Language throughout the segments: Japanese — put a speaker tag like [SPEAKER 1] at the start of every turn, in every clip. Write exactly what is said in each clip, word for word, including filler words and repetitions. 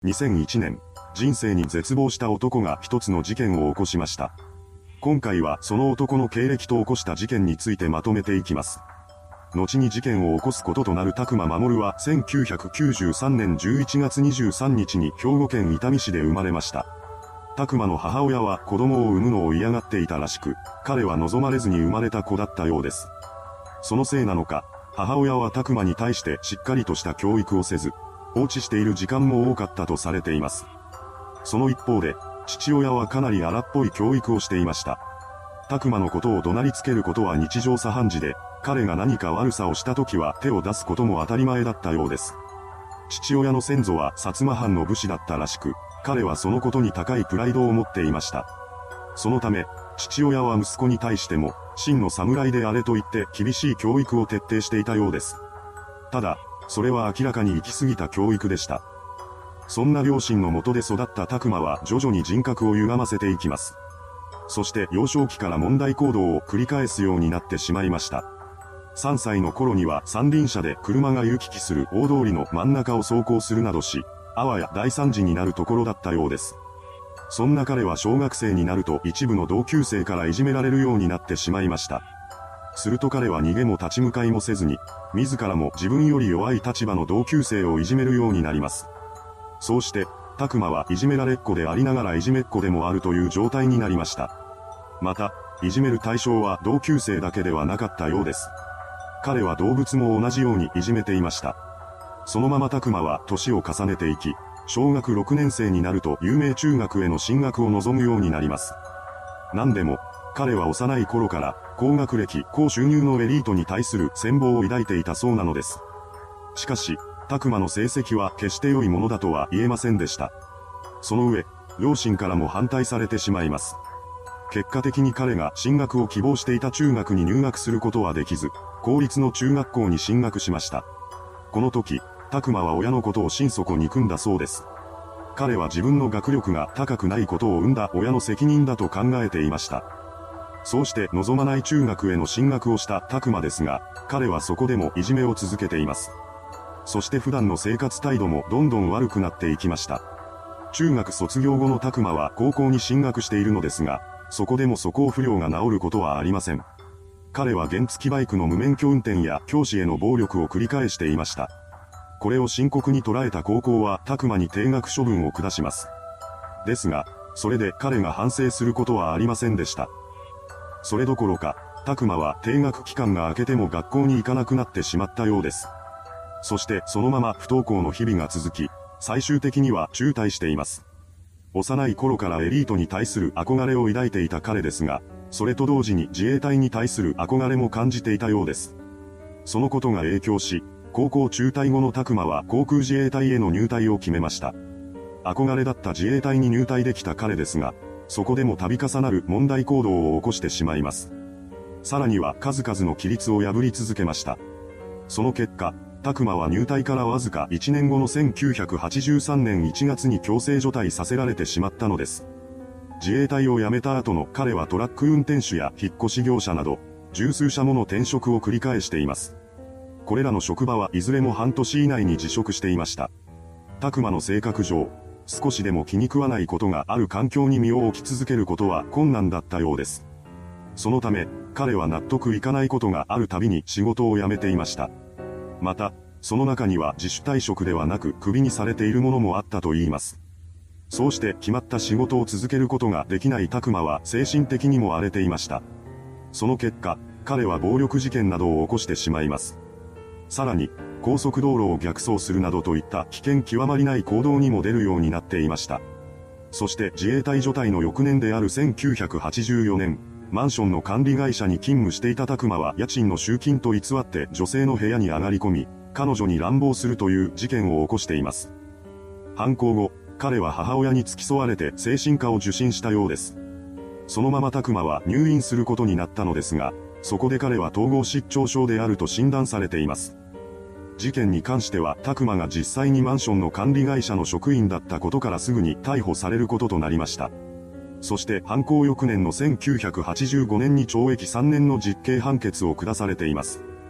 [SPEAKER 1] にせんいちねん、人生に絶望した男が一つの事件を起こしました。今回はその男の経歴と起こした事件についてまとめていきます。後に事件を起こすこととなる宅間守はせんきゅうひゃくきゅうじゅうさんねんじゅういちがつにじゅうさんにちに兵庫県伊丹市で生まれました。宅間の母親は子供を産むのを嫌がっていたらしく、彼は望まれずに生まれた子だったようです。そのせいなのか、母親は宅間に対してしっかりとした教育をせず、放置している時間も多かったとされています。その一方で、父親はかなり荒っぽい教育をしていました。宅間のことを怒鳴りつけることは日常茶飯事で、彼が何か悪さをした時は手を出すことも当たり前だったようです。父親の先祖は薩摩藩の武士だったらしく、彼はそのことに高いプライドを持っていました。そのため、父親は息子に対しても、真の侍であれと言って厳しい教育を徹底していたようです。ただ、それは明らかに行き過ぎた教育でした。そんな両親の下で育った宅間は徐々に人格を歪ませていきます。そして幼少期から問題行動を繰り返すようになってしまいました。さんさいの頃には三輪車で車が行き来する大通りの真ん中を走行するなどし、あわや大惨事になるところだったようです。そんな彼は小学生になると一部の同級生からいじめられるようになってしまいました。すると彼は逃げも立ち向かいもせずに、自らも自分より弱い立場の同級生をいじめるようになります。そうして、宅間はいじめられっ子でありながらいじめっ子でもあるという状態になりました。また、いじめる対象は同級生だけではなかったようです。彼は動物も同じようにいじめていました。そのまま宅間は年を重ねていき、小学ろくねんせいになると有名中学への進学を望むようになります。何でも、彼は幼い頃から高学歴、高収入のエリートに対する羨望を抱いていたそうなのです。しかし、宅間の成績は決して良いものだとは言えませんでした。その上、両親からも反対されてしまいます。結果的に彼が進学を希望していた中学に入学することはできず、公立の中学校に進学しました。この時、宅間は親のことを心底憎んだそうです。彼は自分の学力が高くないことを生んだ親の責任だと考えていました。そうして望まない中学への進学をした宅間ですが、彼はそこでもいじめを続けています。そして普段の生活態度もどんどん悪くなっていきました。中学卒業後の宅間は高校に進学しているのですが、そこでも素行不良が治ることはありません。彼は原付バイクの無免許運転や教師への暴力を繰り返していました。これを深刻に捉えた高校は宅間に停学処分を下します。ですが、それで彼が反省することはありませんでした。それどころか、宅間は停学期間が明けても学校に行かなくなってしまったようです。そしてそのまま不登校の日々が続き、最終的には中退しています。幼い頃からエリートに対する憧れを抱いていた彼ですが、それと同時に自衛隊に対する憧れも感じていたようです。そのことが影響し、高校中退後の宅間は航空自衛隊への入隊を決めました。憧れだった自衛隊に入隊できた彼ですが、そこでも度重なる問題行動を起こしてしまいます。さらには数々の規律を破り続けました。その結果、宅間は入隊からわずかいちねんごのせんきゅうひゃくはちじゅうさんねんいちがつに強制除隊させられてしまったのです。自衛隊を辞めた後の彼はトラック運転手や引っ越し業者など、十数社もの転職を繰り返しています。これらの職場はいずれも半年以内に辞職していました。宅間の性格上、少しでも気に食わないことがある環境に身を置き続けることは困難だったようです。そのため、彼は納得いかないことがあるたびに仕事を辞めていました。また、その中には自主退職ではなくクビにされているものもあったといいます。そうして決まった仕事を続けることができない宅間は精神的にも荒れていました。その結果、彼は暴力事件などを起こしてしまいます。さらに、高速道路を逆走するなどといった危険極まりない行動にも出るようになっていました。そして自衛隊除隊の翌年であるせんきゅうひゃくはちじゅうよねん、マンションの管理会社に勤務していた宅間は家賃の集金と偽って女性の部屋に上がり込み、彼女に乱暴するという事件を起こしています。犯行後、彼は母親に付き添われて精神科を受診したようです。そのまま宅間は入院することになったのですが、そこで彼は統合失調症であると診断されています。事件に関しては宅間が実際にマンションの管理会社の職員だったことからすぐに逮捕されることとなりました。そして犯行翌年のせんきゅうひゃくはちじゅうごねんに懲役さんねんの実刑判決を下されています。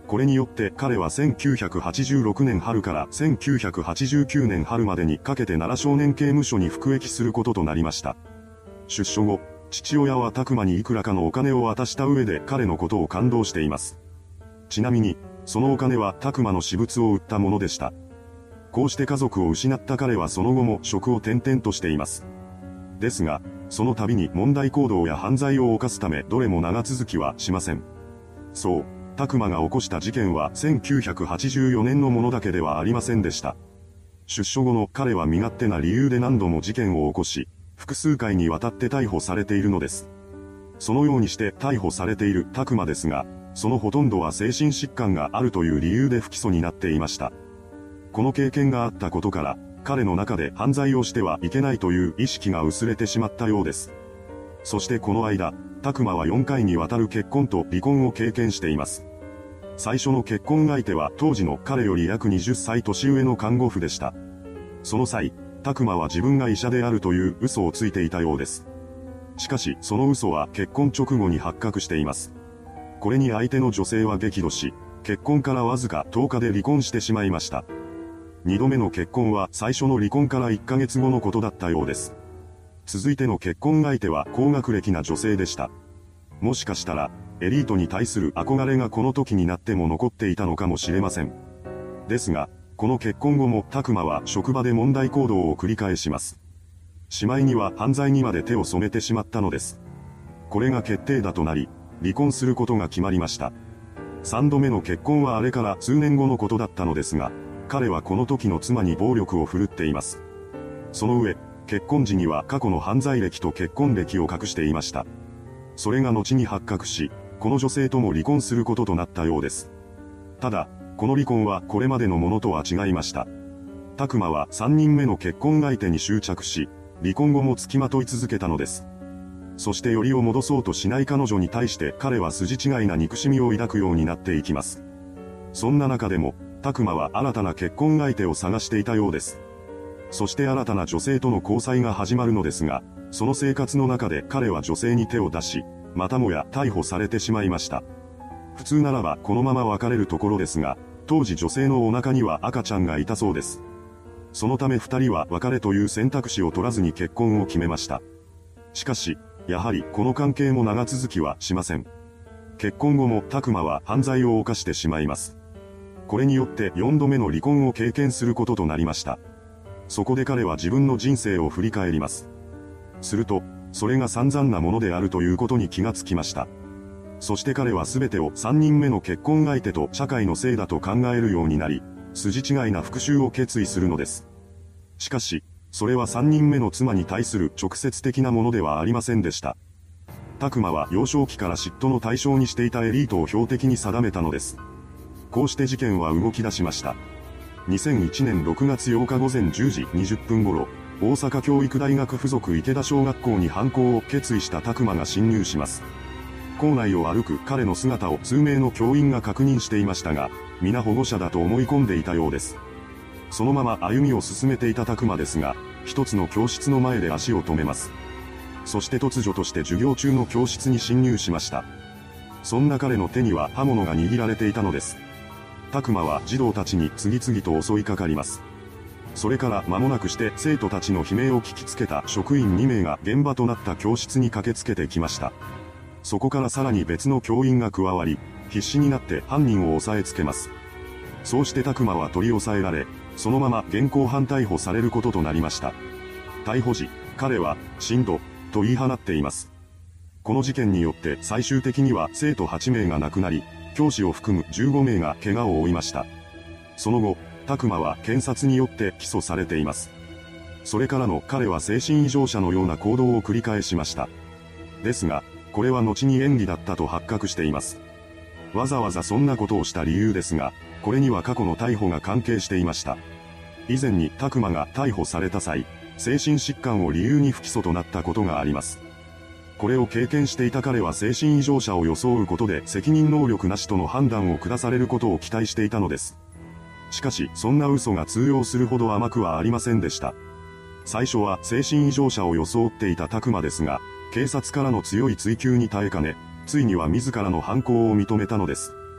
[SPEAKER 1] これによって彼はせんきゅうひゃくはちじゅうろくねん春からせんきゅうひゃくはちじゅうきゅうねん春までにかけて奈良少年刑務所に服役することとなりました。出所後、父親は拓磨にいくらかのお金を渡した上で彼のことを感動しています。ちなみに、そのお金は拓磨の私物を売ったものでした。こうして家族を失った彼はその後も職を転々としています。ですが、その度に問題行動や犯罪を犯すためどれも長続きはしません。そう、拓磨が起こした事件はせんきゅうひゃくはちじゅうよねんのものだけではありませんでした。出所後の彼は身勝手な理由で何度も事件を起こし、複数回にわたって逮捕されているのです。そのようにして逮捕されている拓磨ですが、そのほとんどは精神疾患があるという理由で不起訴になっていました。この経験があったことから、彼の中で犯罪をしてはいけないという意識が薄れてしまったようです。そしてこの間、拓磨はよんかいにわたる結婚と離婚を経験しています。最初の結婚相手は当時の彼より約にじゅっさい年上の看護婦でした。その際、拓磨は自分が医者であるという嘘をついていたようです。しかし、その嘘は結婚直後に発覚しています。これに相手の女性は激怒し、結婚からわずかとおかで離婚してしまいました。二度目の結婚は最初の離婚からいっかげつごのことだったようです。続いての結婚相手は高学歴な女性でした。もしかしたら、エリートに対する憧れがこの時になっても残っていたのかもしれません。ですが、この結婚後も拓磨は職場で問題行動を繰り返します。しまいには犯罪にまで手を染めてしまったのです。これが決定打となり、離婚することが決まりました。三度目の結婚はあれから数年後のことだったのですが、彼はこの時の妻に暴力を振るっています。その上、結婚時には過去の犯罪歴と結婚歴を隠していました。それが後に発覚し、この女性とも離婚することとなったようです。ただ、この離婚はこれまでのものとは違いました。拓磨はさんにんめの結婚相手に執着し、離婚後も付きまとい続けたのです。そしてよりを戻そうとしない彼女に対して彼は筋違いな憎しみを抱くようになっていきます。そんな中でも、拓磨は新たな結婚相手を探していたようです。そして新たな女性との交際が始まるのですが、その生活の中で彼は女性に手を出し、またもや逮捕されてしまいました。普通ならばこのまま別れるところですが、当時女性のお腹には赤ちゃんがいたそうです。そのため二人は別れという選択肢を取らずに結婚を決めました。しかし、やはりこの関係も長続きはしません。結婚後も拓磨は犯罪を犯してしまいます。これによってよんどめの離婚を経験することとなりました。そこで彼は自分の人生を振り返ります。すると、それが散々なものであるということに気がつきました。そして彼は全てをさんにんめの結婚相手と社会のせいだと考えるようになり、筋違いな復讐を決意するのです。しかし、それはさんにんめの妻に対する直接的なものではありませんでした。拓磨は幼少期から嫉妬の対象にしていたエリートを標的に定めたのです。こうして事件は動き出しました。にせんいちねんろくがつようかごぜんじゅうじにじゅっぷん頃、大阪教育大学附属池田小学校に犯行を決意した拓磨が侵入します。校内を歩く彼の姿を数名の教員が確認していましたが、皆保護者だと思い込んでいたようです。そのまま歩みを進めていた拓磨ですが、一つの教室の前で足を止めます。そして突如として授業中の教室に侵入しました。そんな彼の手には刃物が握られていたのです。拓磨は児童たちに次々と襲いかかります。それから間もなくして生徒たちの悲鳴を聞きつけた職員にめいが現場となった教室に駆けつけてきました。そこからさらに別の教員が加わり、必死になって犯人を押さえつけます。そうして拓磨は取り押さえられ、そのまま現行犯逮捕されることとなりました。逮捕時、彼は、死んど、と言い放っています。この事件によって最終的には生徒はちめいが亡くなり、教師を含むじゅうごめいが怪我を負いました。その後、拓磨は検察によって起訴されています。それからの彼は精神異常者のような行動を繰り返しました。ですが、これは後に演技だったと発覚しています。わざわざそんなことをした理由ですが、これには過去の逮捕が関係していました。以前に拓磨が逮捕された際、精神疾患を理由に不起訴となったことがあります。これを経験していた彼は精神異常者を装うことで責任能力なしとの判断を下されることを期待していたのです。しかし、そんな嘘が通用するほど甘くはありませんでした。最初は精神異常者を装っていた拓磨ですが、警察からの強い追及に耐えかね、ついには自らの犯行を認めたのです。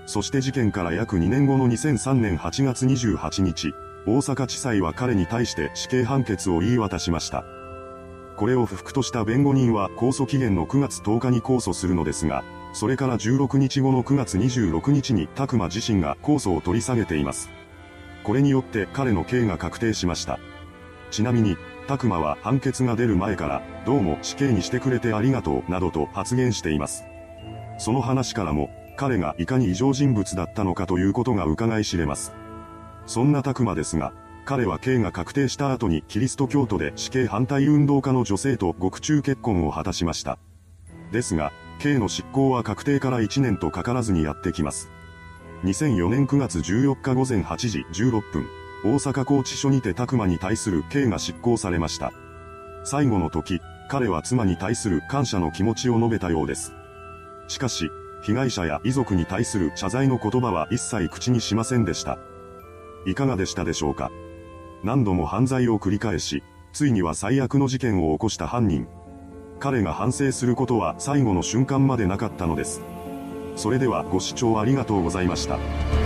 [SPEAKER 1] そして事件から約にねんごのにせんさんねんはちがつにじゅうはちにち、大阪地裁は彼に対して死刑判決を言い渡しました。これを不服とした弁護人は控訴期限のくがつとおかに控訴するのですが、それからじゅうろくにちごのくがつにじゅうろくにちに拓磨自身が控訴を取り下げています。これによって彼の刑が確定しました。ちなみに、拓磨は判決が出る前から、どうも死刑にしてくれてありがとうなどと発言しています。その話からも、彼がいかに異常人物だったのかということが伺い知れます。そんな拓磨ですが、彼は刑が確定した後にキリスト教徒で死刑反対運動家の女性と獄中結婚を果たしました。ですが、刑の執行は確定からいちねんとかからずにやってきます。にせんよねんくがつじゅうよっかごぜんはちじじゅうろっぷん、大阪拘置所にて拓磨に対する刑が執行されました。最後の時、彼は妻に対する感謝の気持ちを述べたようです。しかし、被害者や遺族に対する謝罪の言葉は一切口にしませんでした。いかがでしたでしょうか。何度も犯罪を繰り返し、ついには最悪の事件を起こした犯人。彼が反省することは最後の瞬間までなかったのです。それではご視聴ありがとうございました。